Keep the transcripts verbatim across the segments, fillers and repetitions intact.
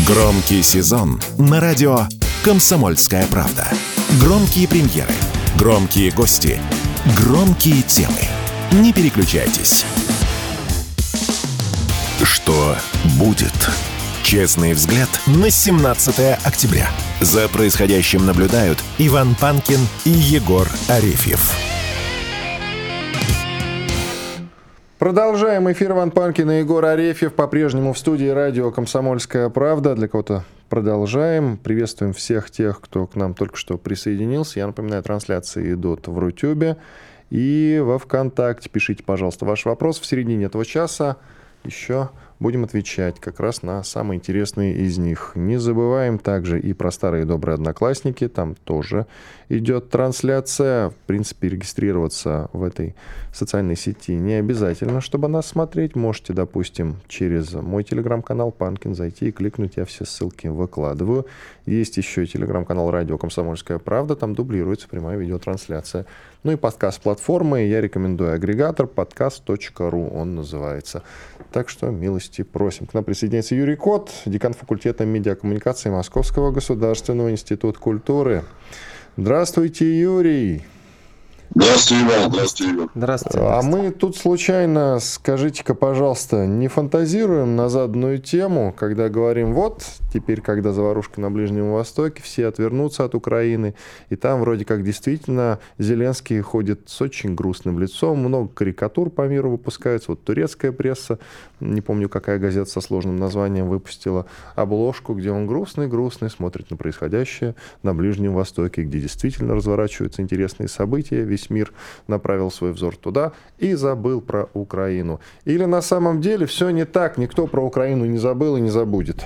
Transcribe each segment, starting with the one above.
Громкий сезон на радио «Комсомольская правда». Громкие премьеры, громкие гости, громкие темы. Не переключайтесь. Что будет? Честный взгляд на семнадцатое октября. За происходящим наблюдают Иван Панкин и Егор Арефьев. Продолжаем эфир. Иван Панкин и Егор Арефьев по-прежнему в студии радио «Комсомольская правда». Для кого-то продолжаем. Приветствуем всех тех, кто к нам только что присоединился. Я напоминаю, трансляции идут в Рутюбе и во ВКонтакте. Пишите, пожалуйста, ваш вопрос. В середине этого часа еще будем отвечать как раз на самые интересные из них. Не забываем также и про старые добрые Одноклассники. Там тоже идет трансляция. В принципе, регистрироваться в этой социальной сети не обязательно, чтобы нас смотреть. Можете, допустим, через мой телеграм-канал Панкин зайти и кликнуть. Я все ссылки выкладываю. Есть еще и телеграм-канал радио «Комсомольская правда». Там дублируется прямая видеотрансляция. Ну и подкаст-платформы. Я рекомендую агрегатор подкаст точка ру. Он называется. Так что милости просим. К нам присоединяется Юрий Кот, декан факультета медиакоммуникации Московского государственного института культуры. Здравствуйте, Юрий. Здравствуйте, Иван. Здравствуйте, Иван. Здравствуйте. А мы тут случайно, скажите-ка, пожалуйста, не фантазируем на заданную тему, когда говорим, вот, теперь, когда заварушка на Ближнем Востоке, все отвернутся от Украины, и там вроде как действительно Зеленский ходит с очень грустным лицом, много карикатур по миру выпускаются. Вот турецкая пресса, не помню, какая газета со сложным названием, выпустила обложку, где он грустный-грустный смотрит на происходящее на Ближнем Востоке, где действительно разворачиваются интересные события. Весь мир направил свой взор туда и забыл про Украину. Или на самом деле все не так, никто про Украину не забыл и не забудет?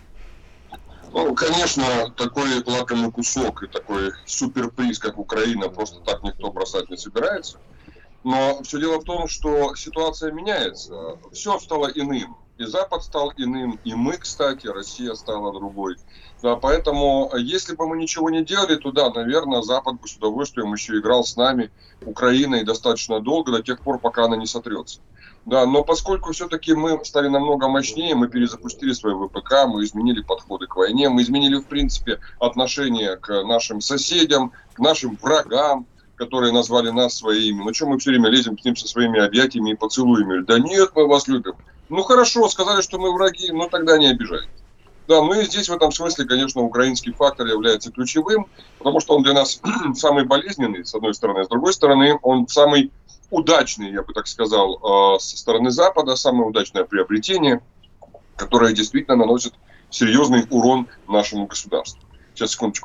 Ну, конечно, такой лакомый кусок и такой суперприз, как Украина, просто так никто бросать не собирается. Но все дело в том, что ситуация меняется. Все стало иным. И Запад стал иным, и мы, кстати, Россия стала другой. Да, поэтому, если бы мы ничего не делали, то да, наверное, Запад бы с удовольствием еще играл с нами, Украиной, достаточно долго, до тех пор, пока она не сотрется. Да, но поскольку все-таки мы стали намного мощнее, мы перезапустили свой ВПК, мы изменили подходы к войне, мы изменили, в принципе, отношение к нашим соседям, к нашим врагам, которые назвали нас своими. Ну что мы все время лезем к ним со своими объятиями и поцелуями? Да нет, мы вас любим. Ну хорошо, сказали, что мы враги, но тогда не обижайтесь. Да, ну и здесь в этом смысле, конечно, украинский фактор является ключевым, потому что он для нас самый болезненный, с одной стороны, а с другой стороны, он самый удачный, я бы так сказал, со стороны Запада, самое удачное приобретение, которое действительно наносит серьезный урон нашему государству. Сейчас, секундочку.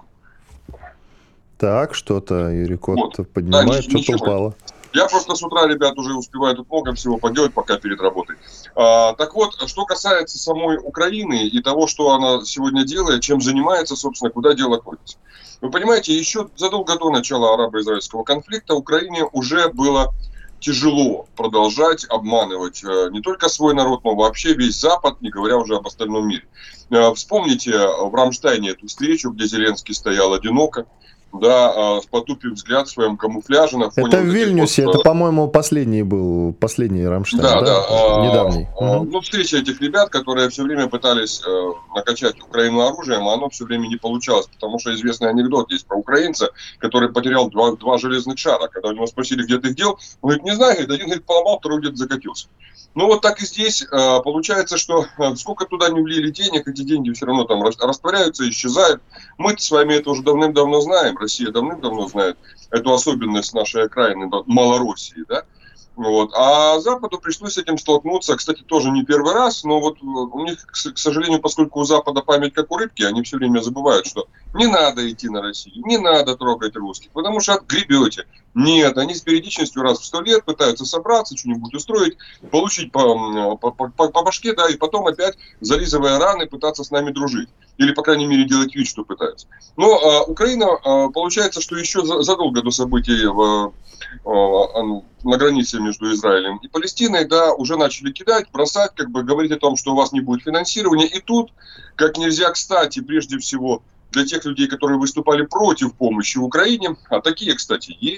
Так, что-то Юрий Кот вот. поднимает, да, что-то ничего. упало. Я просто с утра, ребят, уже успеваю тут много всего поделать, пока перед работой. А, так вот, что касается самой Украины и того, что она сегодня делает, чем занимается, собственно, куда дело клонится. Вы понимаете, еще задолго до начала арабо-израильского конфликта Украине уже было тяжело продолжать обманывать не только свой народ, но вообще весь Запад, не говоря уже об остальном мире. Вспомните в Рамштайне эту встречу, где Зеленский стоял одиноко, да, потупив взгляд в своем камуфляже на фоне... Это в Вильнюсе, вот, это, по-моему, последний был, последний Рамштайн, да, да? да недавний. А, угу. Ну, встреча этих ребят, которые все время пытались э, накачать Украину оружием, а оно все время не получалось, потому что известный анекдот есть про украинца, который потерял два, два железных шара. Когда у него спросили, где ты их дел, он говорит, не знаю, один говорит, поломал, второй где-то закатился. Ну, вот так и здесь. Э, получается, что э, сколько туда не влили денег, эти деньги все равно там растворяются, исчезают. Мы-то с вами это уже давным-давно знаем. Россия давным-давно знает эту особенность нашей окраины, Малороссии, да. Вот. А Западу пришлось с этим столкнуться, кстати, тоже не первый раз, но вот у них, к сожалению, поскольку у Запада память как у рыбки, они все время забывают, что не надо идти на Россию, не надо трогать русских, потому что отгребете. Нет, они с периодичностью раз в сто лет пытаются собраться, что-нибудь устроить, получить по, по, по, по башке, да, и потом опять, зализывая раны, пытаться с нами дружить. Или, по крайней мере, делать вид, что пытаются. Но а, Украина, а, получается, что еще за, задолго до событий в, а, на границе между Израилем и Палестиной, да, уже начали кидать, бросать, как бы говорить о том, что у вас не будет финансирования. И тут, как нельзя кстати, прежде всего, для тех людей, которые выступали против помощи Украине, а такие, кстати, есть,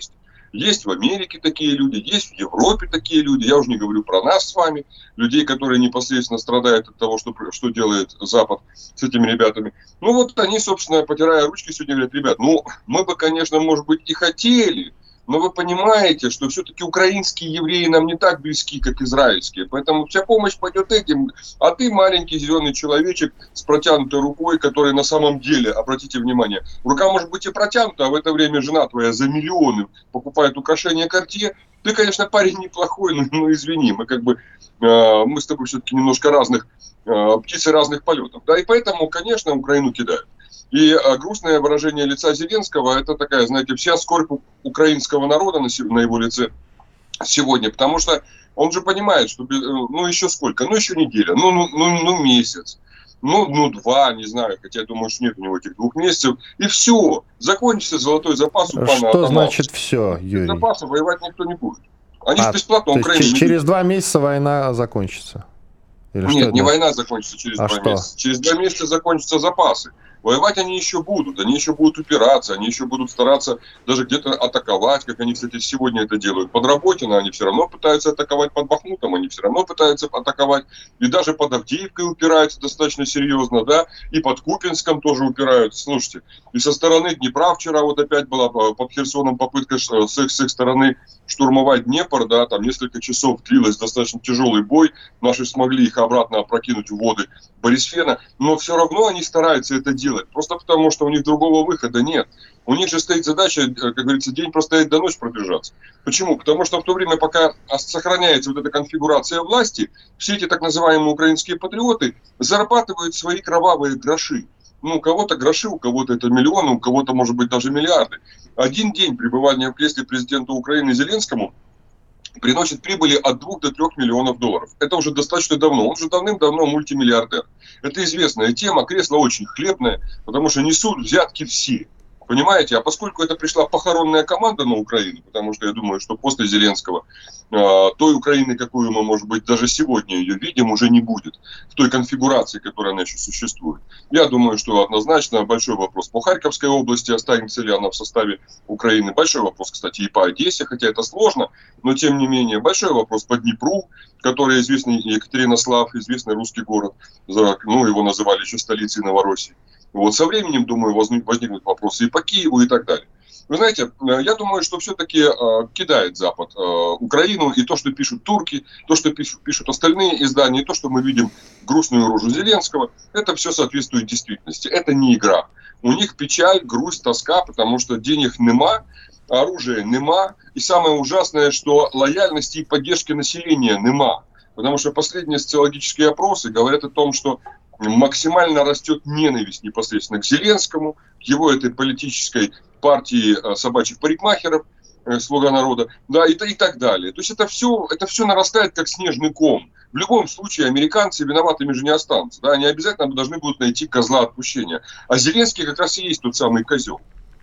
Есть в Америке такие люди, есть в Европе такие люди. Я уже не говорю про нас с вами, людей, которые непосредственно страдают от того, что, что делает Запад с этими ребятами. Ну вот они, собственно, потирая ручки, сегодня говорят: ребят, ну мы бы, конечно, может быть, и хотели, но вы понимаете, что все-таки украинские евреи нам не так близки, как израильские. Поэтому вся помощь пойдет этим. А ты маленький зеленый человечек с протянутой рукой, который на самом деле, обратите внимание, рука может быть и протянута, а в это время жена твоя за миллионы покупает украшения Cartier. Ты, конечно, парень неплохой, но, но извини, мы как бы, э, мы с тобой все-таки немножко разных, э, птицы разных полетов. Да, и поэтому, конечно, Украину кидают. И а, грустное выражение лица Зеленского — это такая, знаете, вся скорбь украинского народа на, на его лице сегодня, потому что он же понимает, что ну еще сколько, ну еще неделя, ну, ну, ну, ну месяц, ну, ну два, не знаю, хотя я думаю, что нет у него этих двух месяцев, и все, закончится золотой запас у пана Что Атамана. Значит все, Юрий? Запаса воевать никто не будет. Они а, же бесплатно Украину не через два месяца война закончится? Или нет, не война закончится через а два что? месяца. Через два месяца закончатся запасы. Воевать они еще будут, они еще будут упираться, они еще будут стараться даже где-то атаковать, как они, кстати, сегодня это делают. Под Работино они все равно пытаются атаковать, под Бахмутом они все равно пытаются атаковать, и даже под Авдеевкой упираются достаточно серьезно, да, и под Купинском тоже упираются. Слушайте, и со стороны Днепра вчера вот опять была под Херсоном попытка с их, с их стороны штурмовать Днепр, да, там несколько часов длилось достаточно тяжелый бой, наши смогли их обратно опрокинуть в воды Борисфена, но все равно они стараются это делать, просто потому что у них другого выхода нет. У них же стоит задача, как говорится, день простоять до ночи пробежаться. Почему? Потому что в то время, пока сохраняется вот эта конфигурация власти, все эти так называемые украинские патриоты зарабатывают свои кровавые гроши. Ну, у кого-то гроши, у кого-то это миллионы, у кого-то, может быть, даже миллиарды. Один день пребывания в кресле президента Украины Зеленскому приносит прибыли от двух до трех миллионов долларов. Это уже достаточно давно. Он уже давным-давно мультимиллиардер. Это известная тема. Кресло очень хлебное, потому что несут взятки все. Понимаете? А поскольку это пришла похоронная команда на Украину, потому что я думаю, что после Зеленского э, той Украины, какую мы, может быть, даже сегодня ее видим, уже не будет. В той конфигурации, которая она еще существует. Я думаю, что однозначно большой вопрос по Харьковской области, останется ли она в составе Украины. Большой вопрос, кстати, и по Одессе, хотя это сложно, но тем не менее. Большой вопрос по Днепру, который известный Екатеринослав, известный русский город. Ну, его называли еще столицей Новороссии. Вот со временем, думаю, возникнут вопросы и по Киеву, и так далее. Вы знаете, я думаю, что все-таки э, кидает Запад э, Украину, и то, что пишут турки, то, что пишут, пишут остальные издания, и то, что мы видим грустную рожу Зеленского, это все соответствует действительности. Это не игра. У них печаль, грусть, тоска, потому что денег нема, оружия нема, и самое ужасное, что лояльности и поддержки населения нема. Потому что последние социологические опросы говорят о том, что максимально растет ненависть непосредственно к Зеленскому, к его этой политической партии собачьих парикмахеров, слуга народа, да, и, и так далее. То есть это все, это все нарастает как снежный ком. В любом случае американцы виноватыми же не останутся. Да, они обязательно должны будут найти козла отпущения. А Зеленский как раз и есть тот самый козел.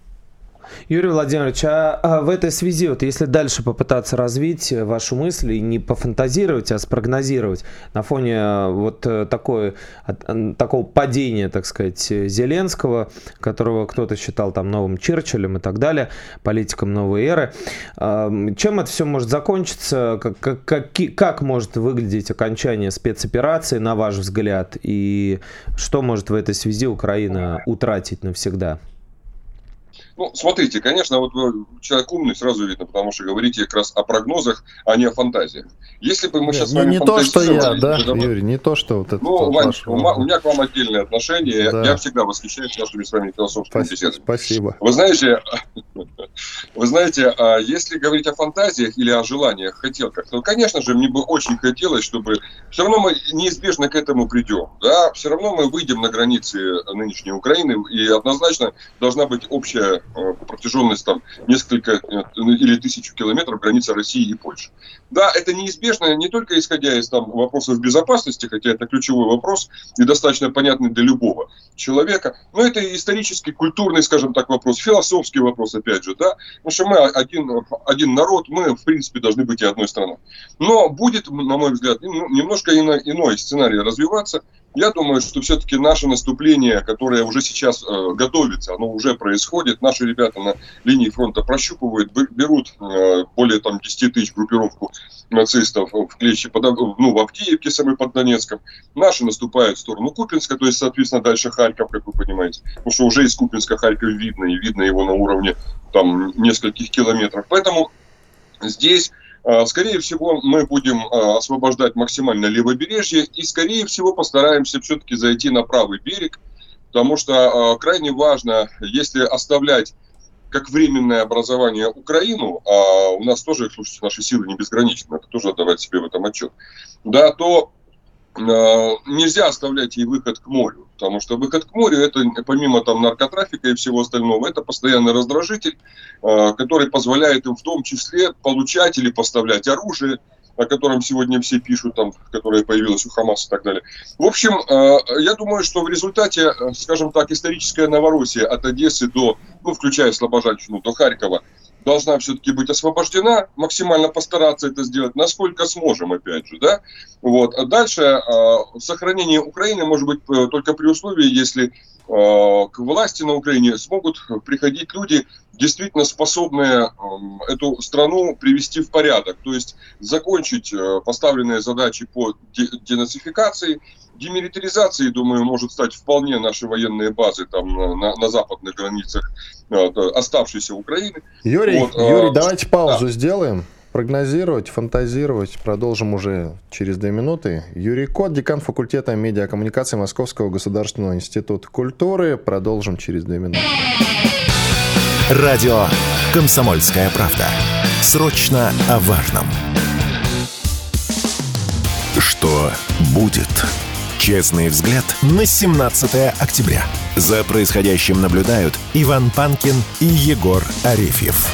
Юрий Владимирович, а, а в этой связи, вот если дальше попытаться развить вашу мысль и не пофантазировать, а спрогнозировать на фоне вот такой, такого падения, так сказать, Зеленского, которого кто-то считал там новым Черчиллем и так далее, политиком новой эры, чем это все может закончиться, как, как, как, как может выглядеть окончание спецоперации, на ваш взгляд, и что может в этой связи Украина утратить навсегда? Ну, смотрите, конечно, вот вы человек умный, сразу видно, потому что говорите как раз о прогнозах, а не о фантазиях. Если бы мы Нет, сейчас не, с вами не то, что я, да, давай... Юрий, не то, что вот это. Ну, Вань, ваш... у, у меня к вам отдельное отношение. Да. Я всегда восхищаюсь нашими с вами философскими беседами. Спасибо. Вы знаете, вы знаете, если говорить о фантазиях или о желаниях, хотелках, то, конечно же, мне бы очень хотелось, чтобы все равно мы неизбежно к этому придем. Да? Все равно мы выйдем на границы нынешней Украины, и однозначно должна быть общая протяженность там несколько или тысячу километров границы России и Польши. Да, это неизбежно не только исходя из там вопросов безопасности, хотя это ключевой вопрос и достаточно понятный для любого человека, но это исторический, культурный, скажем так, вопрос, философский вопрос, опять же, да, потому что мы один, один народ, мы, в принципе, должны быть и одной страной. Но будет, на мой взгляд, немножко иной, иной сценарий развиваться. Я думаю, что все-таки наше наступление, которое уже сейчас э, готовится, оно уже происходит. Наши ребята на линии фронта прощупывают, берут э, более там, десять тысяч группировку нацистов в клещи, под, ну, в Авдеевке самой под Донецком. Наши наступают в сторону Купинска, то есть, соответственно, дальше Харьков, как вы понимаете. Потому что уже из Купинска Харьков видно, и видно его на уровне там, нескольких километров. Поэтому здесь... Скорее всего, мы будем освобождать максимально левобережье и, скорее всего, постараемся все-таки зайти на правый берег, потому что крайне важно, если оставлять как временное образование Украину, а у нас тоже, слушайте, наши силы не безграничны, это тоже отдавать себе в этом отчет, да, то нельзя оставлять ей выход к морю, потому что выход к морю, это помимо там наркотрафика и всего остального, это постоянный раздражитель, который позволяет им в том числе получать или поставлять оружие, о котором сегодня все пишут, там, которое появилось у Хамаса и так далее. В общем, я думаю, что в результате, скажем так, историческая Новороссия от Одессы до, ну, включая Слобожанщину, до Харькова, должна все-таки быть освобождена, максимально постараться это сделать, насколько сможем, опять же, да. Вот. А дальше э, сохранение Украины может быть э, только при условии, если э, к власти на Украине смогут приходить люди, действительно способные э, эту страну привести в порядок, то есть закончить э, поставленные задачи по де- денацификации, демилитаризации, думаю, может стать вполне наши военные базы там на, на западных границах э, оставшейся Украины. Юрий, вот, Юрий, э, давайте паузу да. сделаем. Прогнозировать, фантазировать. Продолжим уже через две минуты. Юрий Кот, декан факультета медиакоммуникации Московского государственного института культуры. Продолжим через две минуты. Радио «Комсомольская правда». Срочно о важном. Что будет? Честный взгляд на семнадцатое октября. За происходящим наблюдают Иван Панкин и Егор Арефьев.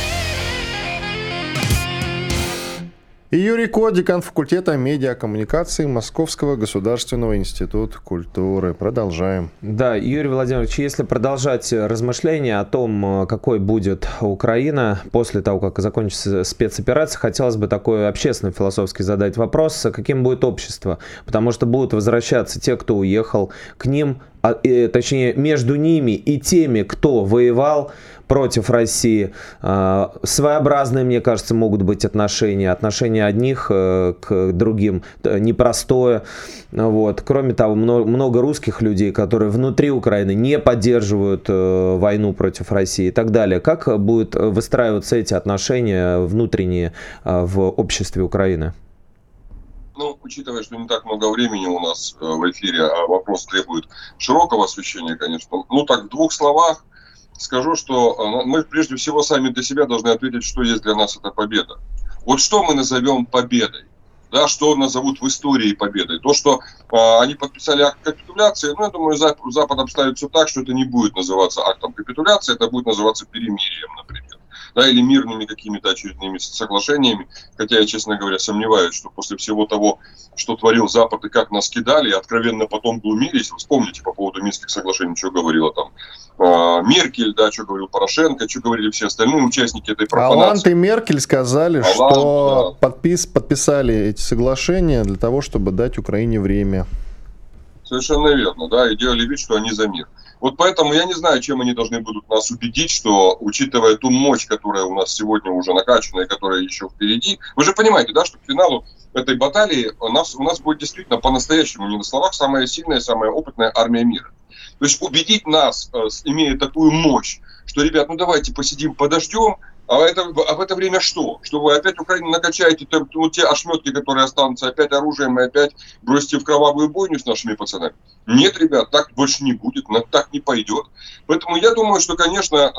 И Юрий Кот, декан факультета медиакоммуникации Московского государственного института культуры. Продолжаем. Да, Юрий Владимирович, если продолжать размышления о том, какой будет Украина после того, как закончится спецоперация, хотелось бы такой общественно-философский задать вопрос, каким будет общество? Потому что будут возвращаться те, кто уехал, к ним, а, э, точнее, между ними и теми, кто воевал против России. А, своеобразные, мне кажется, могут быть отношения. Отношения одних э, к другим непростое. Вот. Кроме того, много, много русских людей, которые внутри Украины не поддерживают э, войну против России и так далее. Как будут выстраиваться эти отношения внутренние э, в обществе Украины? Ну, учитывая, что не так много времени у нас э, в эфире, а вопрос требует широкого освещения, конечно. Ну, так, в двух словах скажу, что э, мы прежде всего сами для себя должны ответить, что есть для нас эта победа. Вот что мы назовем победой? Да, что назовут в истории победой? То, что э, они подписали акт капитуляции, ну, я думаю, Запад, Запад обставит все так, что это не будет называться актом капитуляции, это будет называться перемирием, например. Да, или мирными какими-то очередными соглашениями. Хотя я, честно говоря, сомневаюсь, что после всего того, что творил Запад и как нас кидали, и откровенно потом глумились, вспомните по поводу Минских соглашений, что говорила там э, Меркель, да, что говорил Порошенко, что говорили все остальные участники этой профанации. Оланд и Меркель сказали, Оланд, что да. подпис, подписали эти соглашения для того, чтобы дать Украине время. Совершенно верно, да, и делали вид, что они за мир. Вот поэтому я не знаю, чем они должны будут нас убедить, что, учитывая ту мощь, которая у нас сегодня уже накачана и которая еще впереди, вы же понимаете, да, что к финалу этой баталии у нас, у нас будет действительно по-настоящему, не на словах, самая сильная, самая опытная армия мира. То есть убедить нас, имея такую мощь, что, ребят, ну давайте посидим, подождем, а, это, а в это время что? Что вы опять Украину накачаете, ну, те ошметки, которые останутся, опять оружием, и опять бросите в кровавую бойню с нашими пацанами? Нет, ребят, так больше не будет, так не пойдет. Поэтому я думаю, что, конечно,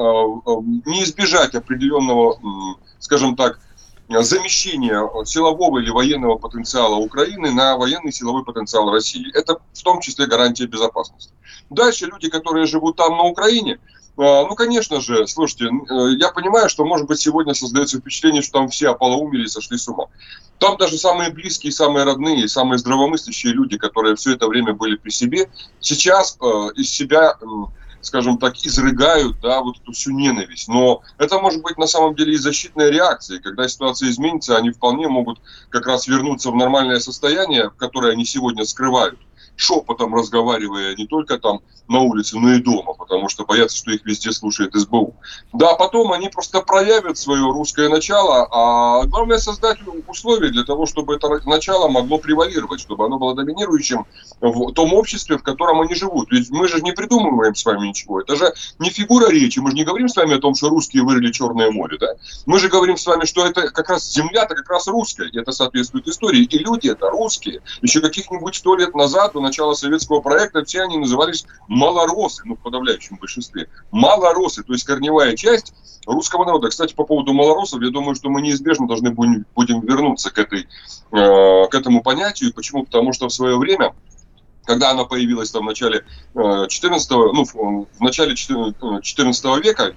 не избежать определенного, скажем так, замещения силового или военного потенциала Украины на военный силовой потенциал России. Это в том числе гарантия безопасности. Дальше люди, которые живут там на Украине, ну, конечно же, слушайте, я понимаю, что, может быть, сегодня создается впечатление, что там все ополоумели и сошли с ума. Там даже самые близкие, самые родные, самые здравомыслящие люди, которые все это время были при себе, сейчас э, из себя, э, скажем так, изрыгают, да, вот эту всю ненависть. Но это может быть на самом деле и защитная реакция. Когда ситуация изменится, они вполне могут как раз вернуться в нормальное состояние, которое они сегодня скрывают. шепотом разговаривая не только там на улице, но и дома, потому что боятся, что их везде слушает эс бэ у. Да, потом они просто проявят свое русское начало, а главное создать условия для того, чтобы это начало могло превалировать, чтобы оно было доминирующим в том обществе, в котором они живут. Ведь мы же не придумываем с вами ничего. Это же не фигура речи. Мы же не говорим с вами о том, что русские вырыли Черное море. Да? Мы же говорим с вами, что это как раз земля-то как раз русская. И это соответствует истории. И люди это русские. Еще каких-нибудь сто лет назад, до начала советского проекта, все они назывались малоросы, ну, в подавляющем большинстве. Малоросы, то есть корневая часть русского народа. Кстати, по поводу малоросов, я думаю, что мы неизбежно должны будем, будем вернуться к, этой, э, к этому понятию. Почему? Потому что в свое время, когда она появилась там в начале четырнадцатого, ну, в начале четырнадцатого века,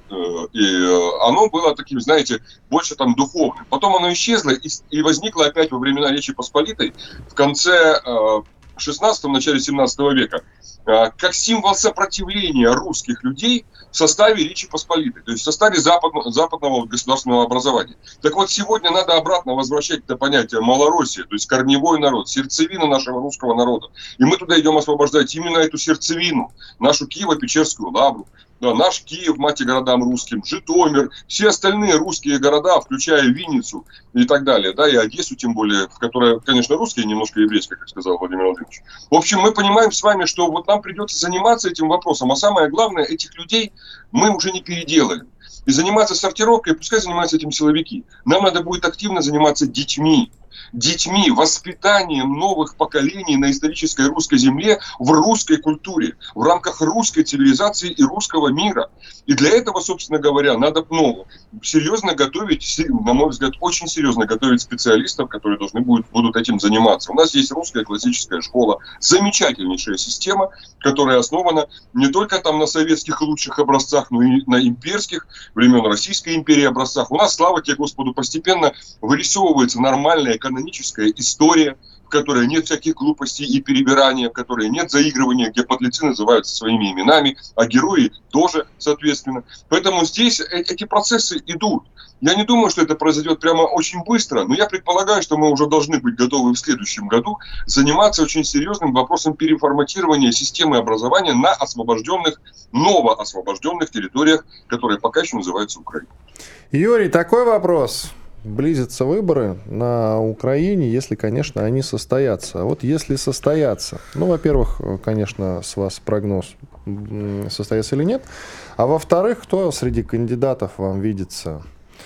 и оно было таким, знаете, больше там духовным. Потом оно исчезло и, и возникло опять во времена Речи Посполитой в конце шестнадцатого, начале семнадцатого века, как символ сопротивления русских людей в составе Речи Посполитой, то есть в составе западного, западного государственного образования. Так вот, сегодня надо обратно возвращать это понятие Малороссия, то есть корневой народ, сердцевина нашего русского народа. И мы туда идем освобождать именно эту сердцевину, нашу Киево-Печерскую лавру, да, наш Киев, мать и городам русским, Житомир, все остальные русские города, включая Винницу и так далее, да, и Одессу тем более, в которой, конечно, русские, немножко еврейская, как сказал Владимир Владимирович. В общем, мы понимаем с вами, что вот нам придется заниматься этим вопросом, а самое главное, этих людей мы уже не переделаем. И заниматься сортировкой, пускай занимаются этим силовики. Нам надо будет активно заниматься детьми. Детьми, воспитанием новых поколений на исторической русской земле в русской культуре, в рамках русской цивилизации и русского мира. И для этого, собственно говоря, надо ну, серьезно готовить, на мой взгляд, очень серьезно готовить специалистов, которые должны будут, будут этим заниматься. У нас есть русская классическая школа, замечательнейшая система, которая основана не только там на советских лучших образцах, но и на имперских, времен Российской империи образцах. У нас, слава тебе, Господу, постепенно вырисовывается нормальная каноническая история, в которой нет всяких глупостей и перебирания, в которой нет заигрывания, где подлецы называются своими именами, а герои тоже, соответственно. Поэтому здесь эти процессы идут. Я не думаю, что это произойдет прямо очень быстро, но я предполагаю, что мы уже должны быть готовы в следующем году заниматься очень серьезным вопросом переформатирования системы образования на освобожденных, новоосвобожденных территориях, которые пока еще называются Украиной. Юрий, такой вопрос. Близятся выборы на Украине, если, конечно, они состоятся. А вот если состоятся, ну, во-первых, конечно, с вас прогноз, состоится или нет. А во-вторых, кто среди кандидатов вам видится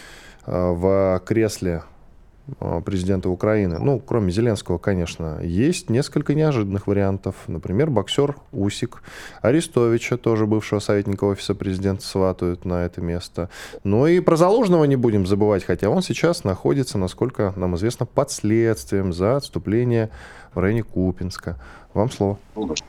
в кресле президента Украины? Ну, кроме Зеленского, конечно, есть несколько неожиданных вариантов. Например, боксер Усик. Арестовича, тоже бывшего советника офиса президента, сватают на это место. Ну и про Залужного не будем забывать, хотя он сейчас находится, насколько нам известно, под следствием за отступление в районе Купинска. Вам слово.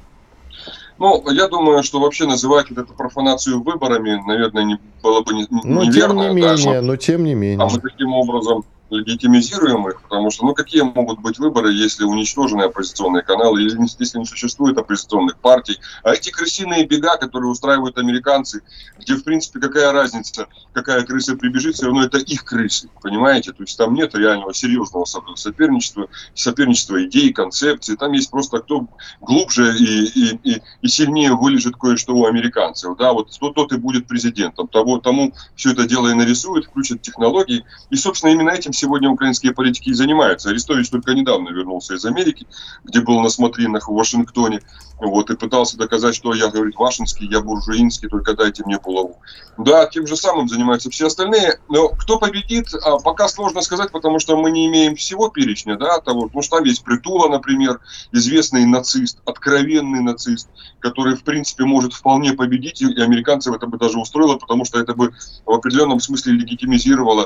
Ну, я думаю, что вообще называть вот эту профанацию выборами, наверное, не было бы не, но неверно. Тем не да, менее, но тем не менее. А мы таким образом легитимизируем их, потому что, ну, какие могут быть выборы, если уничтожены оппозиционные каналы, или если не существует оппозиционных партий. А эти крысиные бега, которые устраивают американцы, где, в принципе, какая разница, какая крыса прибежит, все равно это их крысы, понимаете? То есть там нет реального серьезного соперничества, соперничества идей, концепций. Там есть просто кто глубже и, и, и, и сильнее вылежит кое-что у американцев. Да, вот тот, тот и будет президентом. Того, тому все это дело и нарисуют, включат технологии. И, собственно, именно этим сегодня украинские политики и занимаются. Арестович только недавно вернулся из Америки, где был на смотринах в Вашингтоне, вот, и пытался доказать, что я, говорит, вашинский, я буржуинский, только дайте мне булаву. Да, тем же самым занимаются все остальные. Но кто победит, а, пока сложно сказать, потому что мы не имеем всего перечня, да, того, потому что там есть Притула, например, известный нацист, откровенный нацист, который, в принципе, может вполне победить, и американцев это бы даже устроило, потому что это бы в определенном смысле легитимизировало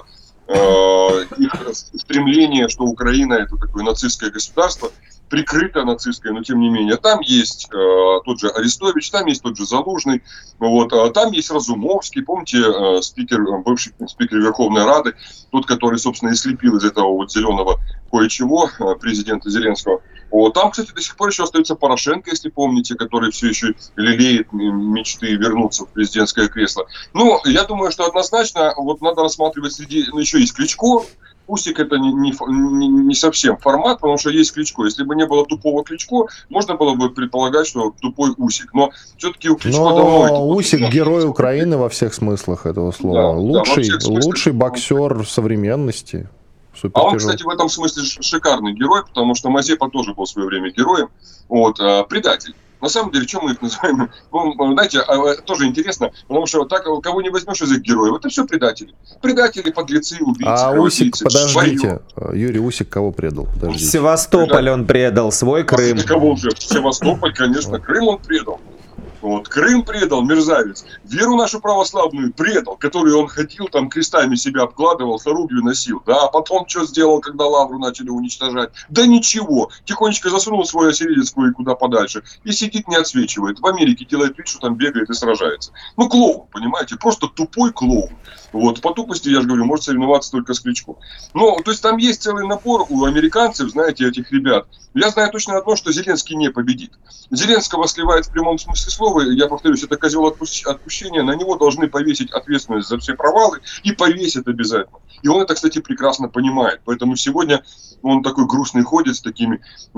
их стремление, что Украина это такое нацистское государство, прикрыто нацистское, но тем не менее. Там есть э, тот же Арестович, там есть тот же Залужный, вот, а там есть Разумовский, помните, э, спикер, бывший спикер Верховной Рады, тот, который, собственно, и слепил из этого вот зеленого кое-чего э, президента Зеленского. Вот. Там, кстати, до сих пор еще остается Порошенко, если помните, который все еще лелеет мечты вернуться в президентское кресло. Ну, я думаю, что однозначно вот надо рассматривать среди... Ну, еще есть Кличко, Усик это не, не, не совсем формат, потому что есть Кличко. Если бы не было тупого Кличко, можно было бы предполагать, что тупой Усик. Но все-таки у Кличко Но давно... Усик это... герой Украины во всех смыслах этого слова. Да, лучший, да, лучший боксер современности. А он, кстати, в этом смысле шикарный герой, потому что Мазепа тоже был в свое время героем. Вот, предатель. На самом деле, чем мы их называем? Ну, знаете, тоже интересно, потому что так, кого не возьмешь из их героев, это все предатели. Предатели, подлецы, убийцы. А Усик, подождите, швою. Юрий Усик кого предал? Подождите. Севастополь Предатель. Он предал, свой Крым. А кого же? Севастополь, конечно, Крым он предал. Вот, Крым предал, мерзавец. Веру нашу православную предал, которую он ходил, там крестами себя обкладывал, хорубью носил. Да, а потом что сделал, когда лавру начали уничтожать? Да ничего. Тихонечко засунул свой осиридец куда подальше и сидит, не отсвечивает. В Америке делает вид, что там бегает и сражается. Ну, клоун, понимаете? Просто тупой клоун. Вот, по тупости, я же говорю, может соревноваться только с Кличко. Ну, то есть там есть целый набор у американцев, знаете, этих ребят. Я знаю точно одно, что Зеленский не победит. Зеленского сливает в прямом смысле слова. Я повторюсь, это козел отпущения. На него должны повесить ответственность за все провалы. И повесят обязательно. И он это, кстати, прекрасно понимает. Поэтому сегодня он такой грустный ходит с такими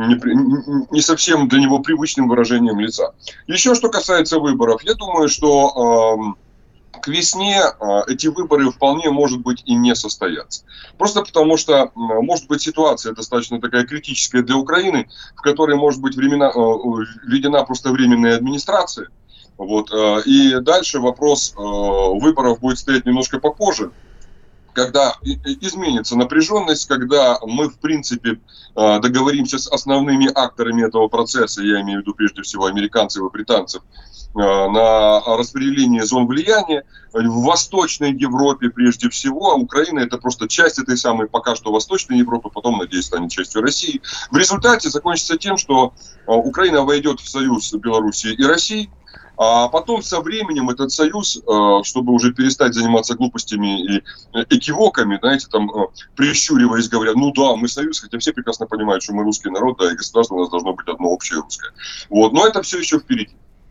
не, не совсем для него привычным выражением лица. Еще что касается выборов. Я думаю, что... Э, к весне эти выборы вполне, может быть, и не состоятся. Просто потому что, может быть, ситуация достаточно такая критическая для Украины, в которой, может быть, времена, введена просто временная администрация. Вот, и дальше вопрос выборов будет стоять немножко попозже, когда изменится напряженность, когда мы, в принципе, договоримся с основными акторами этого процесса, я имею в виду прежде всего американцев и британцев, на распределение зон влияния в Восточной Европе прежде всего, а Украина это просто часть этой самой пока что Восточной Европы, потом, надеюсь, станет частью России. В результате закончится тем, что Украина войдет в союз Белоруссии и России, а потом со временем этот союз, чтобы уже перестать заниматься глупостями и экивоками, знаете, там прищуриваясь, говорят, ну да, мы союз, хотя все прекрасно понимают, что мы русский народ, да, и государство у нас должно быть одно общее русское. Вот, но это все еще впереди.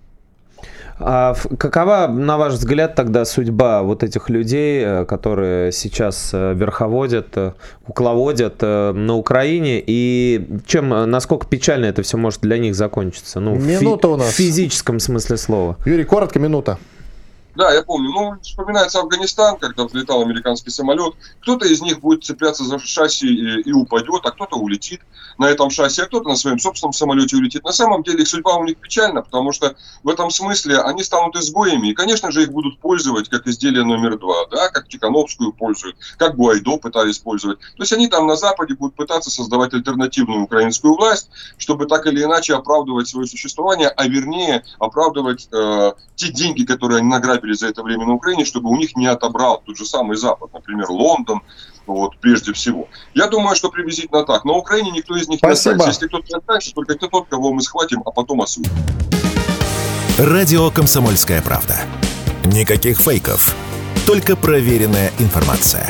А какова, на ваш взгляд, тогда судьба вот этих людей, которые сейчас верховодят, кукловодят на Украине, и чем, насколько печально это все может для них закончиться? Ну, минута фи- у нас. В физическом смысле слова. Юрий, коротко, минута. Да, я помню. Ну, вспоминается Афганистан, когда взлетал американский самолет. Кто-то из них будет цепляться за шасси и, и упадет, а кто-то улетит на этом шасси, а кто-то на своем собственном самолете улетит. На самом деле их судьба у них печальна, потому что в этом смысле они станут изгоями. И, конечно же, их будут пользовать как изделие номер два, да, как Тихановскую пользуют, как Гуайдо пытались пользовать. То есть они там на Западе будут пытаться создавать альтернативную украинскую власть, чтобы так или иначе оправдывать свое существование, а вернее оправдывать э, те деньги, которые они награбили за это время на Украине, чтобы у них не отобрал тот же самый Запад, например, Лондон, вот, прежде всего. Я думаю, что приблизительно так. На Украине никто из них Спасибо. не останется. Если кто-то не останется, только тот, кого мы схватим, а потом осудим. Радио «Комсомольская правда». Никаких фейков, только проверенная информация.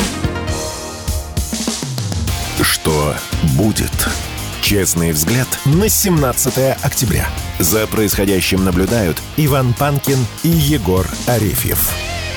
Что будет? Честный взгляд на семнадцатое октября. За происходящим наблюдают Иван Панкин и Егор Арефьев.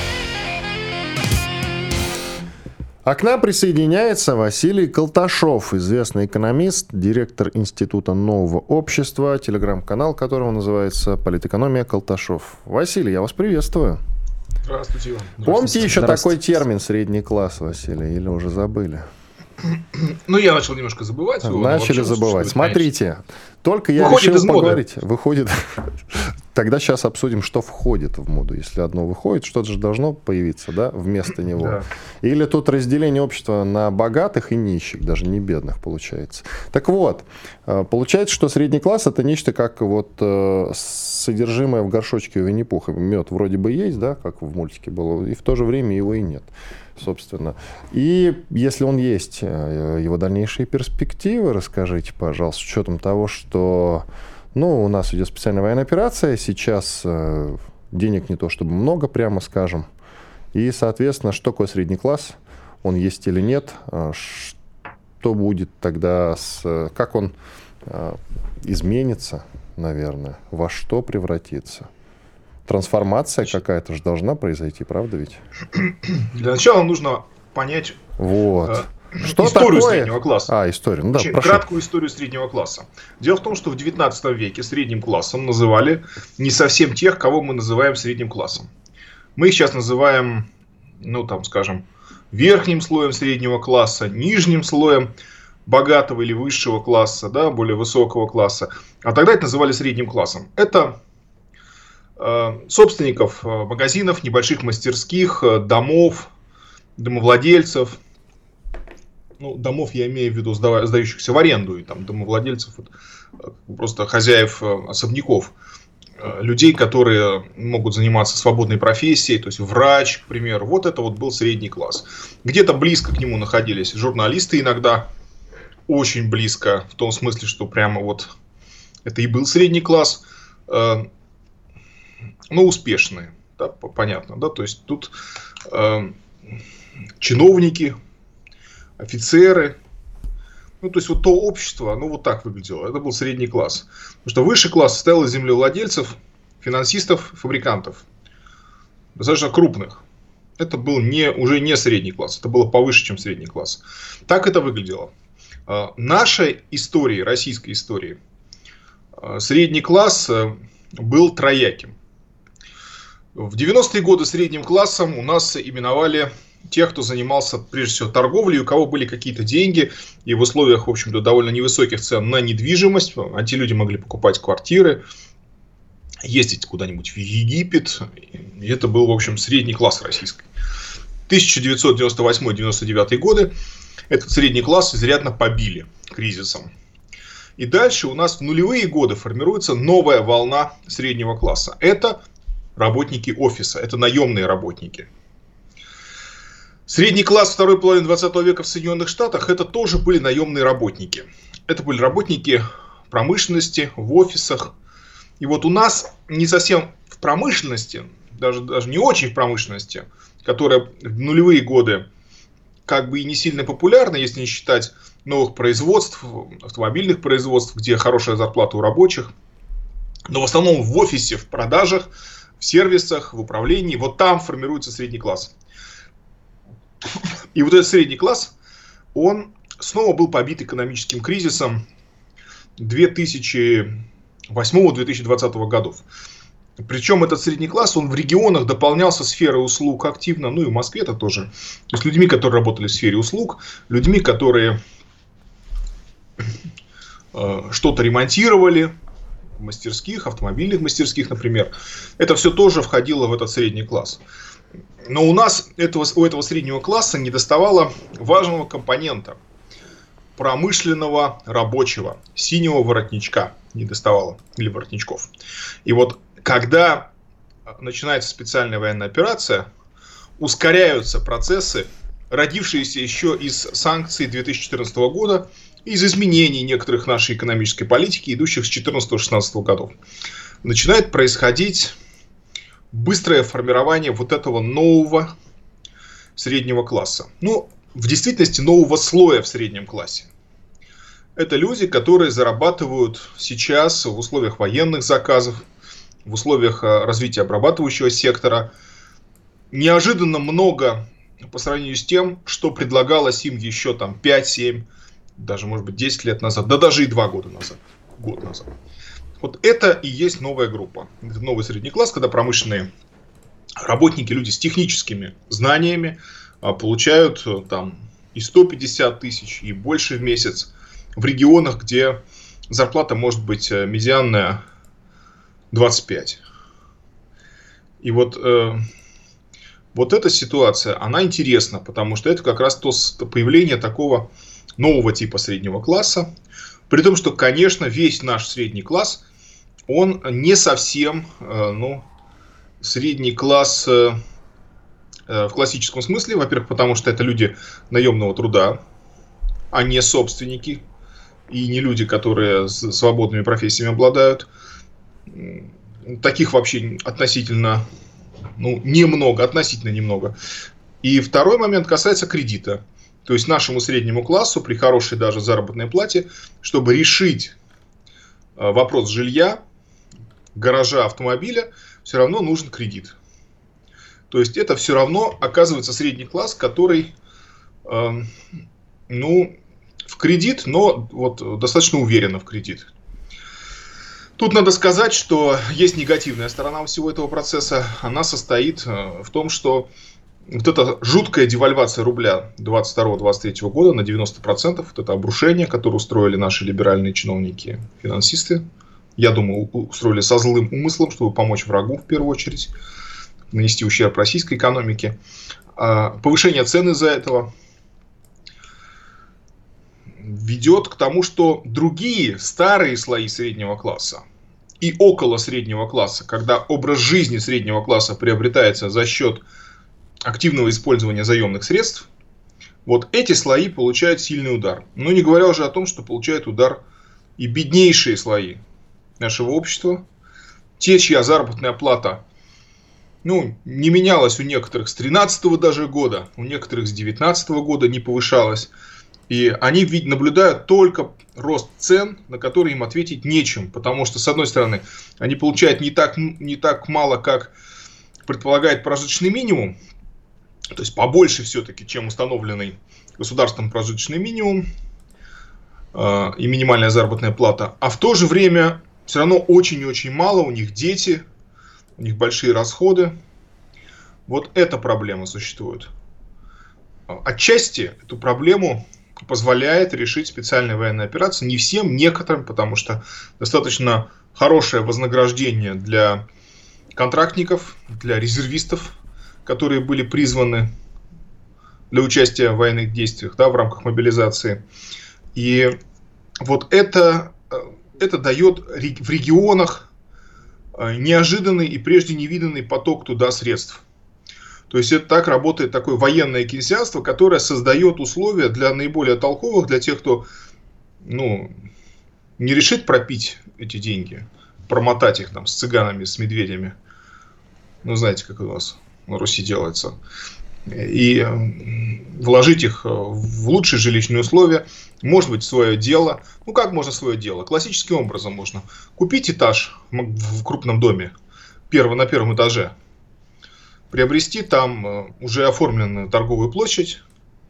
А к нам присоединяется Василий Колташов, известный экономист, директор Института нового общества, телеграм-канал которого называется «Политэкономия Колташов». Василий, я вас приветствую. Здравствуйте, Иван. Помните еще такой термин «средний класс», Василий, или уже забыли? Ну, я начал немножко забывать. Его, Начали забывать. Смотрите, только я выходит решил поговорить. Выходит. Тогда сейчас обсудим, что входит в моду. Если одно выходит, что-то же должно появиться, да, вместо него. Да. Или тут разделение общества на богатых и нищих, даже не бедных, получается. Так вот, получается, что средний класс — это нечто как вот содержимое в горшочке у Винни-Пуха. Мед вроде бы есть, да, как в мультике было, и в то же время его и нет. Собственно. И если он есть, его дальнейшие перспективы, расскажите, пожалуйста, с учетом того, что ну, у нас идет специальная военная операция, сейчас денег не то чтобы много, прямо скажем. И, соответственно, что такое средний класс, он есть или нет, что будет тогда, с, как он изменится, наверное, во что превратится. Трансформация какая-то же должна произойти, правда ведь? Для начала нужно понять, вот. Что историю такое? среднего класса. А, историю. Ну, да, Очень прошу. краткую историю среднего класса. Дело в том, что в девятнадцатом веке средним классом называли не совсем тех, кого мы называем средним классом. Мы их сейчас называем, ну, там, скажем, верхним слоем среднего класса, нижним слоем богатого или высшего класса, да, более высокого класса. А тогда это называли средним классом. Это э, собственников магазинов, небольших мастерских, домов, домовладельцев. Ну, домов я имею в виду сдающихся в аренду, и там домовладельцев, вот, просто хозяев особняков, людей, которые могут заниматься свободной профессией, то есть врач, к примеру. Вот это вот был средний класс. Где-то близко к нему находились журналисты иногда, очень близко, в том смысле, что прямо вот это и был средний класс, но успешные, да, понятно, да, то есть тут э, чиновники, офицеры, ну, то есть вот то общество, оно вот так выглядело. Это был средний класс. Потому что высший класс состоял из землевладельцев, финансистов, фабрикантов. Достаточно крупных. Это был не, уже не средний класс. Это было повыше, чем средний класс. Так это выглядело. В нашей истории, российской истории, средний класс был трояким. В девяностые годы средним классом у нас именовали тех, кто занимался, прежде всего, торговлей, у кого были какие-то деньги, и в условиях, в общем-то, довольно невысоких цен на недвижимость, эти люди могли покупать квартиры, ездить куда-нибудь в Египет, и это был, в общем, средний класс российский. тысяча девятьсот девяносто восьмой — девяносто девятый годы этот средний класс изрядно побили кризисом. И дальше у нас в нулевые годы формируется новая волна среднего класса. Это работники офиса, это наемные работники. Средний класс второй половины двадцатого века в Соединенных Штатах — это тоже были наемные работники. Это были работники промышленности, в офисах. И вот у нас не совсем в промышленности, даже, даже не очень в промышленности, которая в нулевые годы как бы и не сильно популярна, если не считать новых производств, автомобильных производств, где хорошая зарплата у рабочих. Но в основном в офисе, в продажах, в сервисах, в управлении, вот там формируется средний класс. И вот этот средний класс, он снова был побит экономическим кризисом две тысячи восьмого — две тысячи двадцатого годов. Причем этот средний класс, он в регионах дополнялся сферой услуг активно, ну и в Москве это тоже. То есть людьми, которые работали в сфере услуг, людьми, которые э, что-то ремонтировали в мастерских, автомобильных мастерских, например. Это все тоже входило в этот средний класс. Но у нас этого, у этого среднего класса недоставало важного компонента. Промышленного рабочего, синего воротничка недоставало, или воротничков. И вот когда начинается специальная военная операция, ускоряются процессы, родившиеся еще из санкций две тысячи четырнадцатого года, из изменений некоторых нашей экономической политики, идущих с две тысячи четырнадцатого — две тысячи шестнадцатого годов. Начинает происходить быстрое формирование вот этого нового среднего класса. Ну, в действительности нового слоя в среднем классе. Это люди, которые зарабатывают сейчас в условиях военных заказов, в условиях развития обрабатывающего сектора неожиданно много по сравнению с тем, что предлагалось им еще там пять-семь, даже может быть десять лет назад, да даже и два года назад, год назад. Вот это и есть новая группа, это новый средний класс, когда промышленные работники, люди с техническими знаниями получают там и сто пятьдесят тысяч, и больше в месяц в регионах, где зарплата может быть медианная двадцать пять. И вот, э, вот эта ситуация, она интересна, потому что это как раз то появление такого нового типа среднего класса. При том, что, конечно, весь наш средний класс, он не совсем, э, ну, средний класс э, э, в классическом смысле. Во-первых, потому что это люди наемного труда, а не собственники и не люди, которые с свободными профессиями обладают. Таких вообще относительно, ну, немного, относительно немного. И второй момент касается кредита. То есть нашему среднему классу при хорошей даже заработной плате, чтобы решить вопрос жилья, гаража, автомобиля, все равно нужен кредит. То есть это все равно оказывается средний класс, который э, ну, в кредит, но вот достаточно уверенно в кредит. Тут надо сказать, что есть негативная сторона всего этого процесса. Она состоит в том, что вот эта жуткая девальвация рубля двадцать второго — двадцать третьего года на девяносто процентов, вот это обрушение, которое устроили наши либеральные чиновники, финансисты, я думаю, устроили со злым умыслом, чтобы помочь врагу в первую очередь, нанести ущерб российской экономике. Повышение цен из-за этого ведет к тому, что другие старые слои среднего класса и около среднего класса, когда образ жизни среднего класса приобретается за счет активного использования заемных средств, вот эти слои получают сильный удар. Но не говоря уже о том, что получают удар и беднейшие слои нашего общества, те, чья заработная плата ну, не менялась у некоторых с тринадцатого даже года, у некоторых с девятнадцатого года не повышалась. И они наблюдают только рост цен, на которые им ответить нечем. Потому что, с одной стороны, они получают не так, не так мало, как предполагает прожиточный минимум. То есть побольше все-таки, чем установленный государством прожиточный минимум э, и минимальная заработная плата. А в то же время все равно очень и очень мало, у них дети, у них большие расходы. Вот эта проблема существует. Отчасти эту проблему позволяет решить специальная военная операция. Не всем, некоторым, потому что достаточно хорошее вознаграждение для контрактников, для резервистов, которые были призваны для участия в военных действиях, да, в рамках мобилизации. И вот это, это дает в регионах неожиданный и прежде невиданный поток туда средств. То есть это так работает такое военное кейнсианство, которое создает условия для наиболее толковых, для тех, кто ну, не решит пропить эти деньги, промотать их там с цыганами, с медведями. Ну, знаете, как у нас на Руси делается. И вложить их в лучшие жилищные условия, может быть, в свое дело. Ну, как можно в свое дело? Классическим образом можно купить этаж в крупном доме, перво, на первом этаже, приобрести там уже оформленную торговую площадь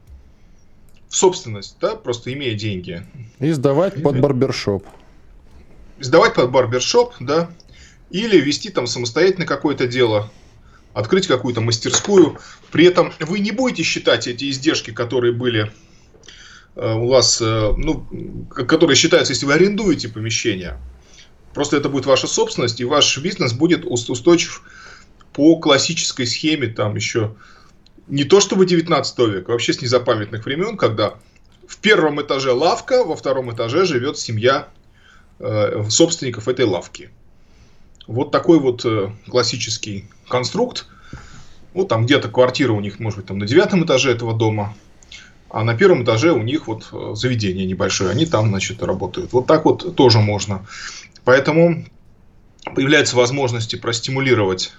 в собственность, да, просто имея деньги. И сдавать под барбершоп. Сдавать под барбершоп, да. Или вести там самостоятельно какое-то дело, открыть какую-то мастерскую. При этом вы не будете считать эти издержки, которые были э, у вас, э, ну, которые считаются, если вы арендуете помещение. Просто это будет ваша собственность, и ваш бизнес будет устойчив по классической схеме, там еще не то чтобы девятнадцатого века, вообще с незапамятных времен, когда в первом этаже лавка, во втором этаже живет семья э, собственников этой лавки. Вот такой вот э, классический конструкт. Вот там где-то квартира у них, может быть, там на девятом этаже этого дома, а на первом этаже у них вот заведение небольшое, они там, значит, работают. Вот так вот тоже можно. Поэтому появляются возможности простимулировать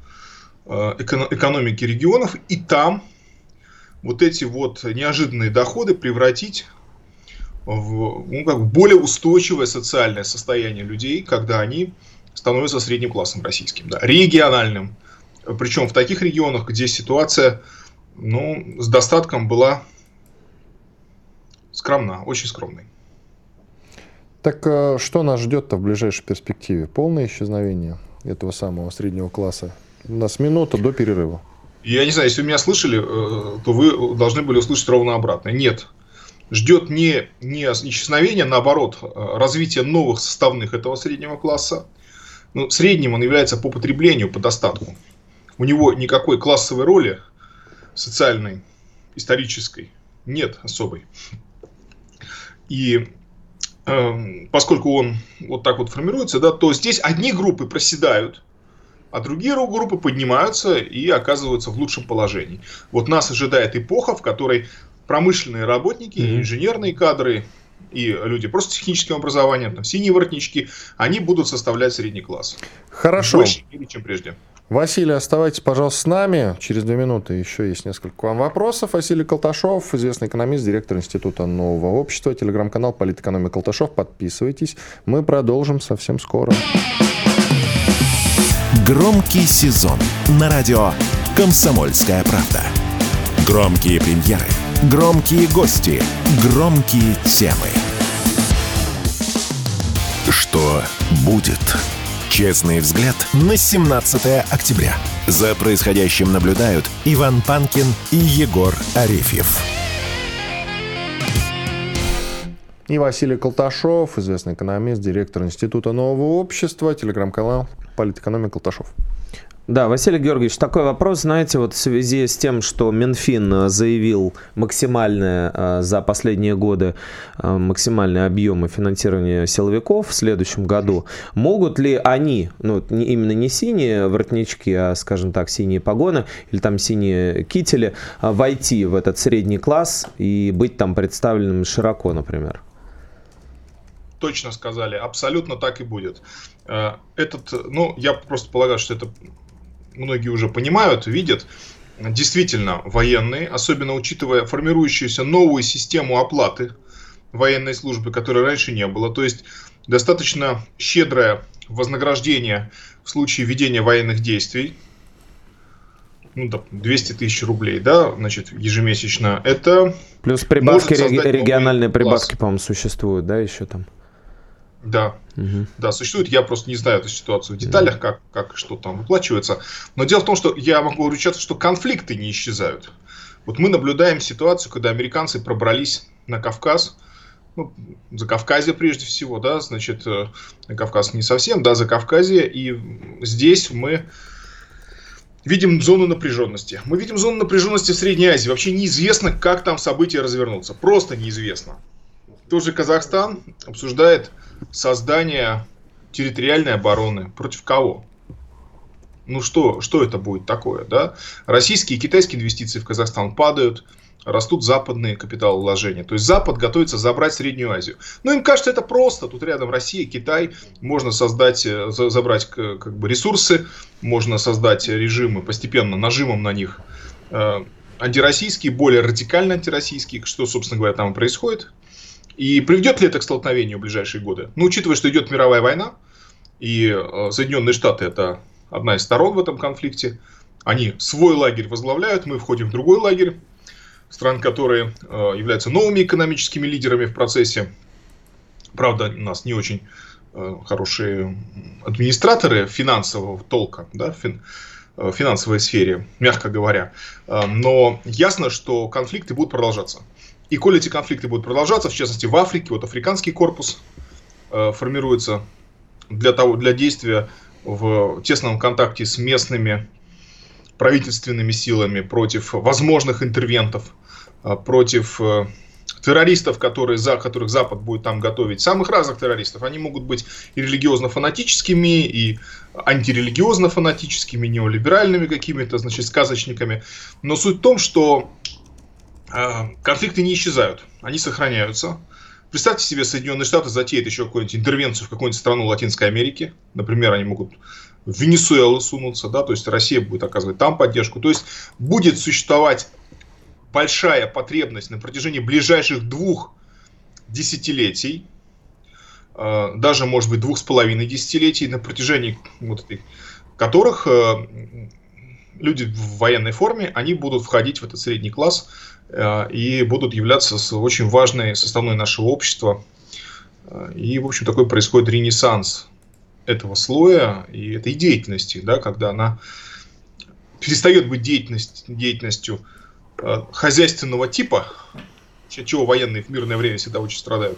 экономики регионов, и там вот эти вот неожиданные доходы превратить в, ну, как в более устойчивое социальное состояние людей, когда они становятся средним классом российским, да, региональным. Причем в таких регионах, где ситуация, ну, с достатком была скромна, очень скромной. Так что нас ждет-то в ближайшей перспективе? Полное исчезновение этого самого среднего класса? У нас минута до перерыва. Я не знаю, если вы меня слышали, то вы должны были услышать ровно обратное. Нет. Ждет не, не исчезновение, наоборот, развитие новых составных этого среднего класса. Ну, средним он является по потреблению, по достатку. У него никакой классовой роли социальной, исторической нет особой. И э, поскольку он вот так вот формируется, да, то здесь одни группы проседают, а другие группы поднимаются и оказываются в лучшем положении. Вот нас ожидает эпоха, в которой промышленные работники, mm-hmm. инженерные кадры и люди просто с техническим образованием, там, синие воротнички, они будут составлять средний класс. Хорошо. В большей мере, чем прежде. Василий, оставайтесь, пожалуйста, с нами. Через две минуты еще есть несколько к вам вопросов. Василий Колташов, известный экономист, директор Института нового общества, телеграм-канал «Политэкономия Колташов». Подписывайтесь. Мы продолжим совсем скоро. Громкий сезон на радио «Комсомольская правда». Громкие премьеры, Громкие гости, громкие темы. Что будет? Честный взгляд на семнадцатое октября. За происходящим наблюдают Иван Панкин и Егор Арефьев. И Василий Колташов, известный экономист, директор Института нового общества, телеграм-канал «Политэкономия Колташов». Да, Василий Георгиевич, такой вопрос, знаете, вот в связи с тем, что Минфин заявил максимальное э, за последние годы э, максимальные объемы финансирования силовиков в следующем году, могут ли они, ну не, именно не синие воротнички, а, скажем так, синие погоны или там синие кители, э, войти в этот средний класс и быть там представленным широко, например? Точно сказали, абсолютно так и будет. Этот, ну, я просто полагаю, что это многие уже понимают, видят. Действительно, военные, особенно учитывая формирующуюся новую систему оплаты военной службы, которой раньше не было. То есть достаточно щедрое вознаграждение в случае ведения военных действий. Ну, двести тысяч рублей, да, значит, ежемесячно. Это плюс прибавки, региональные прибавки, по-моему, существуют, да, еще там? Да, угу. да, существует. Я просто не знаю эту ситуацию в деталях, угу. как, как что там выплачивается. Но дело в том, что я могу ручаться, что конфликты не исчезают. Вот мы наблюдаем ситуацию, когда американцы пробрались на Кавказ, ну, Закавказье прежде всего, да, значит, на Кавказ не совсем, да, Закавказье, и здесь мы видим зону напряженности. Мы видим зону напряженности в Средней Азии. Вообще неизвестно, как там события развернутся. Просто неизвестно. Тот же Казахстан обсуждает создание территориальной обороны. Против кого? Ну что, что это будет такое, да? Российские и китайские инвестиции в Казахстан падают, растут западные капиталовложения. То есть Запад готовится забрать Среднюю Азию. Но им кажется, это просто. Тут рядом Россия, Китай. Можно создать, забрать как бы ресурсы, можно создать режимы, постепенно нажимом на них э, антироссийские, более радикально антироссийские, что, собственно говоря, там и происходит. И приведет ли это к столкновению в ближайшие годы? Ну, учитывая, что идет мировая война, и э, Соединенные Штаты это одна из сторон в этом конфликте, они свой лагерь возглавляют, мы входим в другой лагерь, стран, которые э, являются новыми экономическими лидерами в процессе. Правда, у нас не очень э, хорошие администраторы финансового толка, да, фин, э, в финансовой сфере, мягко говоря. Э, но ясно, что конфликты будут продолжаться. И коли эти конфликты будут продолжаться, в частности в Африке, вот африканский корпус э, формируется для, того, для действия в тесном контакте с местными правительственными силами против возможных интервентов, э, против э, террористов, которые, за, которых Запад будет там готовить. Самых разных террористов. Они могут быть и религиозно-фанатическими, и антирелигиозно-фанатическими, неолиберальными какими-то, значит, сказочниками. Но суть в том, что конфликты не исчезают, они сохраняются. Представьте себе, Соединенные Штаты затеют еще какую-нибудь интервенцию в какую-нибудь страну Латинской Америки. Например, они могут в Венесуэлу сунуться, да, то есть Россия будет оказывать там поддержку. То есть будет существовать большая потребность на протяжении ближайших двух десятилетий, даже, может быть, двух с половиной десятилетий, на протяжении вот этой, которых люди в военной форме, они будут входить в этот средний класс и будут являться очень важной составной нашего общества. И, в общем, такой происходит ренессанс этого слоя и этой деятельности, да, когда она перестает быть деятельность, деятельностью хозяйственного типа, от чего военные в мирное время всегда очень страдают,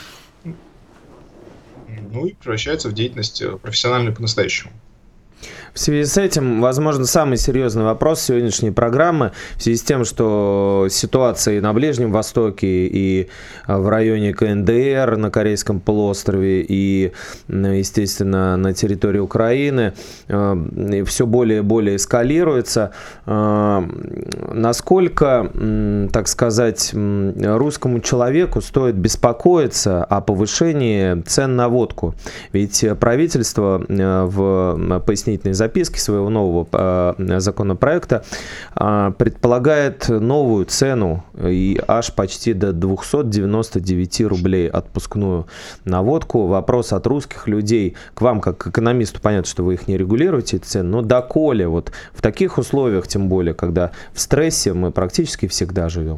ну и превращается в деятельность профессиональную по-настоящему. В связи с этим, возможно, самый серьезный вопрос сегодняшней программы, в связи с тем, что ситуация и на Ближнем Востоке, и в районе ка эн дэ эр, на Корейском полуострове, и, естественно, на территории Украины все более и более эскалируется. Насколько, так сказать, русскому человеку стоит беспокоиться о повышении цен на водку? Ведь правительство в пояснительной записке записки своего нового э, законопроекта э, предполагает новую цену и аж почти до двести девяносто девять рублей отпускную на водку. Вопрос от русских людей к вам, как к экономисту, понятно, что вы их не регулируете, эти цены, но доколе вот в таких условиях, тем более, когда в стрессе мы практически всегда живем?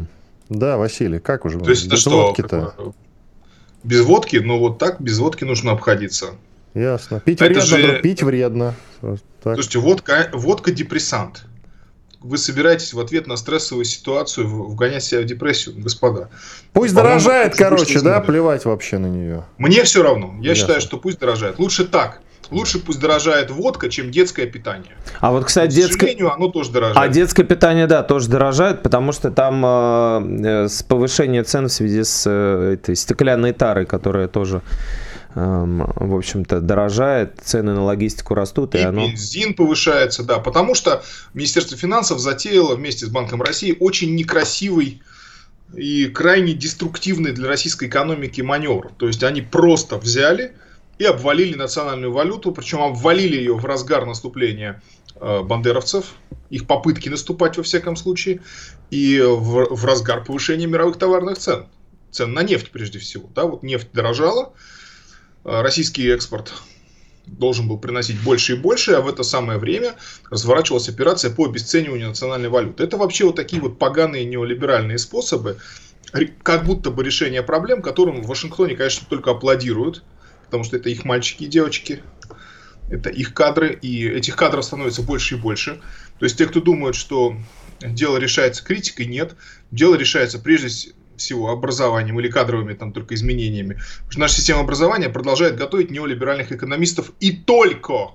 Да, Василий, как уже? То есть это без что? водки-то? Без водки? Ну вот так, без водки нужно обходиться. Ясно. Пить Это вредно, же- друг, пить вредно. Так. Слушайте, водка, водка депрессант. Вы собираетесь в ответ на стрессовую ситуацию в- вгонять себя в депрессию, господа. Пусть По-моему, дорожает, это вышло короче, из да, моды. плевать вообще на нее. Мне все равно. Я Ясно. считаю, что пусть дорожает. Лучше так. Лучше пусть дорожает водка, чем детское питание. А вот, кстати, К детское... сожалению, оно тоже дорожает. А детское питание, да, тоже дорожает, потому что там э, э, с повышением цен в связи с э, этой стеклянной тарой, которая тоже, э, в общем-то, дорожает, цены на логистику растут, и, И оно... бензин повышается, да, потому что Министерство финансов затеяло вместе с Банком России очень некрасивый и крайне деструктивный для российской экономики маневр. То есть они просто взяли и обвалили национальную валюту, причем обвалили ее в разгар наступления э, бандеровцев, их попытки наступать во всяком случае, и в, в разгар повышения мировых товарных цен. Цен на нефть прежде всего. Да? Вот нефть дорожала, э, российский экспорт должен был приносить больше и больше, а в это самое время разворачивалась операция по обесцениванию национальной валюты. Это вообще вот такие вот поганые неолиберальные способы, как будто бы решения проблем, которым в Вашингтоне, конечно, только аплодируют, потому что это их мальчики и девочки, это их кадры, и этих кадров становится больше и больше. То есть те, кто думают, что дело решается критикой, нет. Дело решается прежде всего образованием или кадровыми там только изменениями. Потому что наша система образования продолжает готовить неолиберальных экономистов и только.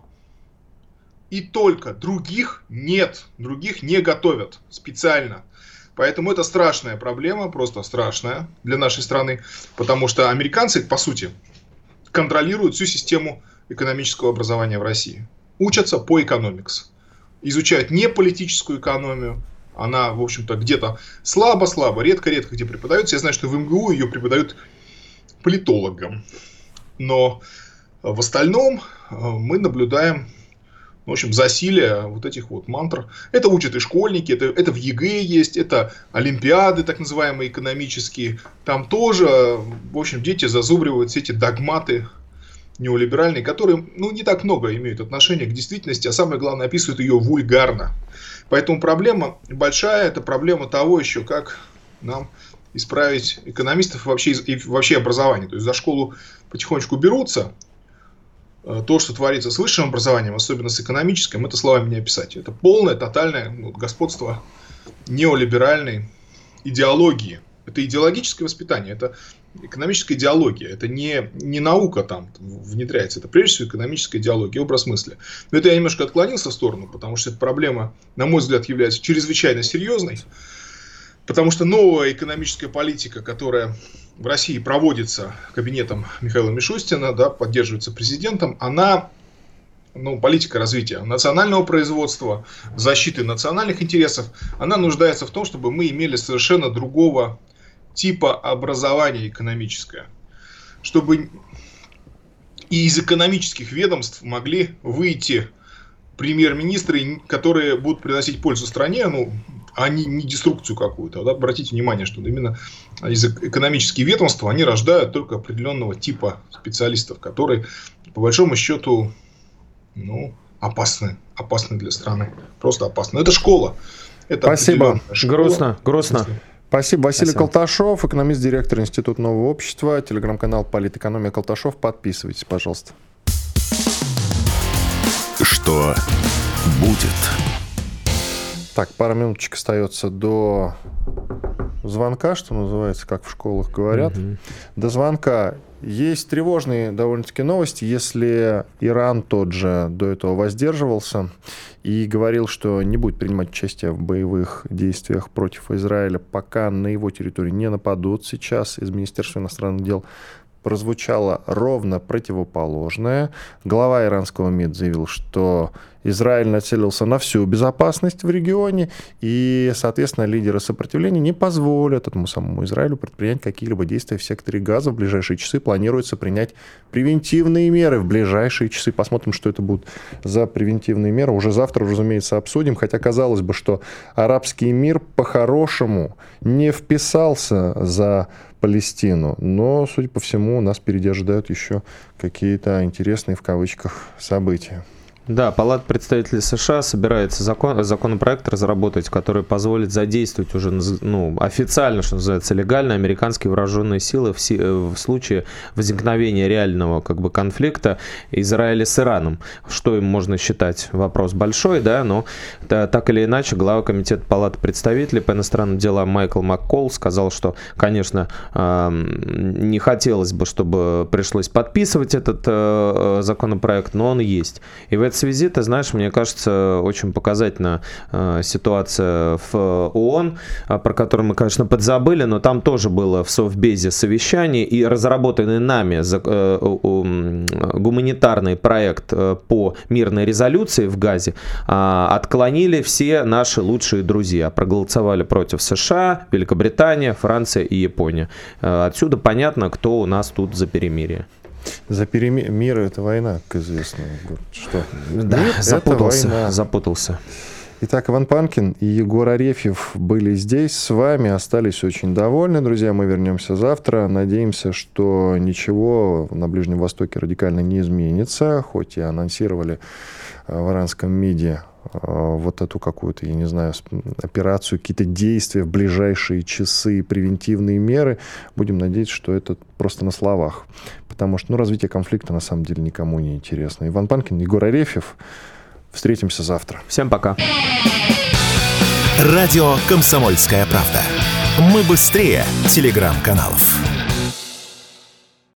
И только. Других нет. Других не готовят специально. Поэтому это страшная проблема, просто страшная для нашей страны. Потому что американцы, по сути, контролируют всю систему экономического образования в России. Учатся по экономикс. Изучают не политическую экономию. Она, в общем-то, где-то слабо-слабо, редко-редко где преподается. Я знаю, что в эм гэ у ее преподают политологам. Но в остальном мы наблюдаем, в общем, засилие вот этих вот мантр. Это учат и школьники, это, это в е гэ есть, это олимпиады, так называемые, экономические. Там тоже, в общем, дети зазубривают все эти догматы неолиберальные, которые, ну, не так много имеют отношения к действительности, а самое главное, описывают ее вульгарно. Поэтому проблема большая, это проблема того еще, как нам исправить экономистов и вообще, и вообще образование. То есть за школу потихонечку берутся. То, что творится с высшим образованием, особенно с экономическим, это словами не описать. Это полное, тотальное ну, господство неолиберальной идеологии. Это идеологическое воспитание, это экономическая идеология, это не, не наука там внедряется, это прежде всего экономическая идеология, образ мысли. Но это я немножко отклонился в сторону, потому что эта проблема, на мой взгляд, является чрезвычайно серьезной, потому что новая экономическая политика, которая в России проводится кабинетом Михаила Мишустина, да, поддерживается президентом, она, ну, политика развития национального производства, защиты национальных интересов, она нуждается в том, чтобы мы имели совершенно другого типа образования экономическое, чтобы и из экономических ведомств могли выйти премьер-министры, которые будут приносить пользу стране, ну, а не, не деструкцию какую-то. Да? Обратите внимание, что именно из экономических ведомств они рождают только определенного типа специалистов, которые, по большому счету, ну, опасны, опасны для страны. Просто опасны. Это школа. Это Спасибо. Школа. Грустно, грустно. Спасибо. Василий Спасибо. Колташов, экономист-директор Института нового общества, телеграм-канал «Политэкономия Колташов». Подписывайтесь, пожалуйста. Что будет? Так, пара минуточек остается до звонка, что называется, как в школах говорят. Mm-hmm. До звонка. Есть тревожные довольно-таки новости. Если Иран тот же до этого воздерживался и говорил, что не будет принимать участие в боевых действиях против Израиля, пока на его территории не нападут, сейчас из Министерства иностранных дел прозвучало ровно противоположное. Глава иранского МИД заявил, что Израиль нацелился на всю безопасность в регионе, и, соответственно, лидеры сопротивления не позволят этому самому Израилю предпринять какие-либо действия в секторе Газа. В ближайшие часы планируется принять превентивные меры. В ближайшие часы посмотрим, что это будут за превентивные меры. Уже завтра, разумеется, обсудим. Хотя казалось бы, что арабский мир по-хорошему не вписался за Палестину. Но, судя по всему, нас впереди ожидают еще какие-то интересные, в кавычках, события. Да, Палата представителей США собирается закон, законопроект разработать, который позволит задействовать уже ну, официально, что называется, легально американские вооруженные силы в, си, в случае возникновения реального как бы, конфликта Израиля с Ираном. Что им можно считать? Вопрос большой, да, но да, так или иначе глава комитета Палаты представителей по иностранным делам Майкл Маккол сказал, что, конечно, не хотелось бы, чтобы пришлось подписывать этот законопроект, но он есть. И в этой связи, ты знаешь, мне кажется, очень показательна э, ситуация в ООН, э, про которую мы, конечно, подзабыли, но там тоже было в Совбезе совещание, и разработанный нами за, э, э, гуманитарный проект э, по мирной резолюции в Газе э, отклонили все наши лучшие друзья. Проголосовали против США, Великобритания, Франция и Япония. Э, отсюда понятно, кто у нас тут за перемирие. За перемирие мир — это война, как известно. Что? Да, мир запутался, запутался. Итак, Иван Панкин и Егор Арефьев были здесь с вами, остались очень довольны, друзья. Мы вернемся завтра. Надеемся, что ничего на Ближнем Востоке радикально не изменится, хоть и анонсировали в иранском МИДе вот эту какую-то, я не знаю, операцию, какие-то действия в ближайшие часы, превентивные меры. Будем надеяться, что это просто на словах. Потому что ну, развитие конфликта на самом деле никому не интересно. Иван Панкин, Егор Арефьев. Встретимся завтра. Всем пока. Радио «Комсомольская правда». Мы быстрее телеграм-каналов.